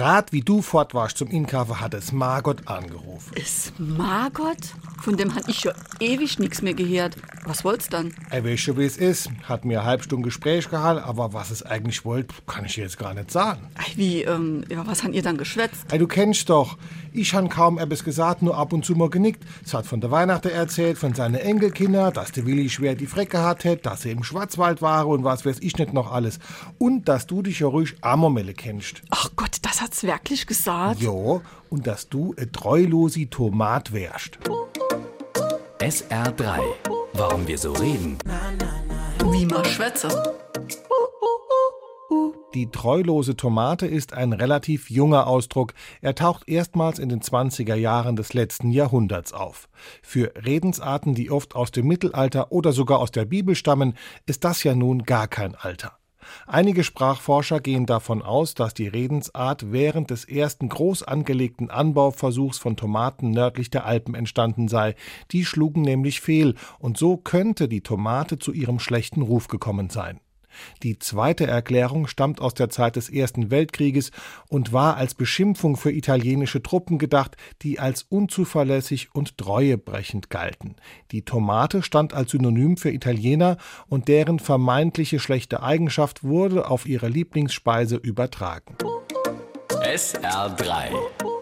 Grad wie du fort warst zum Inkaufen, hat es Margot angerufen. Ist Margot? Von dem hat ich schon ewig nichts mehr gehört. Was wollt's dann? Er weiß schon, wie es ist. Hat mir eine halbe Stunde Gespräch gehalten, aber was es eigentlich wollt, kann ich jetzt gar nicht sagen. Was habt ihr dann geschwätzt? Du kennst doch. Ich han kaum etwas gesagt, nur ab und zu mal genickt. Es hat von der Weihnachten erzählt, von seinen Enkelkindern, dass der Willi schwer die Frecke gehabt hätt, dass sie im Schwarzwald waren und was weiß ich nicht noch alles. Und dass du dich ja ruhig Amormelle kennst. Ach Gott, das hat's wirklich gesagt? Jo, und dass du eine treulose Tomat wärst. SR3. Warum wir so reden. Wie man schwätze. Die treulose Tomate ist ein relativ junger Ausdruck. Er taucht erstmals in den 20er Jahren des letzten Jahrhunderts auf. Für Redensarten, die oft aus dem Mittelalter oder sogar aus der Bibel stammen, ist das ja nun gar kein Alter. Einige Sprachforscher gehen davon aus, dass die Redensart während des ersten groß angelegten Anbauversuchs von Tomaten nördlich der Alpen entstanden sei. Die schlugen nämlich fehl und so könnte die Tomate zu ihrem schlechten Ruf gekommen sein. Die zweite Erklärung stammt aus der Zeit des Ersten Weltkrieges und war als Beschimpfung für italienische Truppen gedacht, die als unzuverlässig und treuebrechend galten. Die Tomate stand als Synonym für Italiener und deren vermeintliche schlechte Eigenschaft wurde auf ihre Lieblingsspeise übertragen. SR3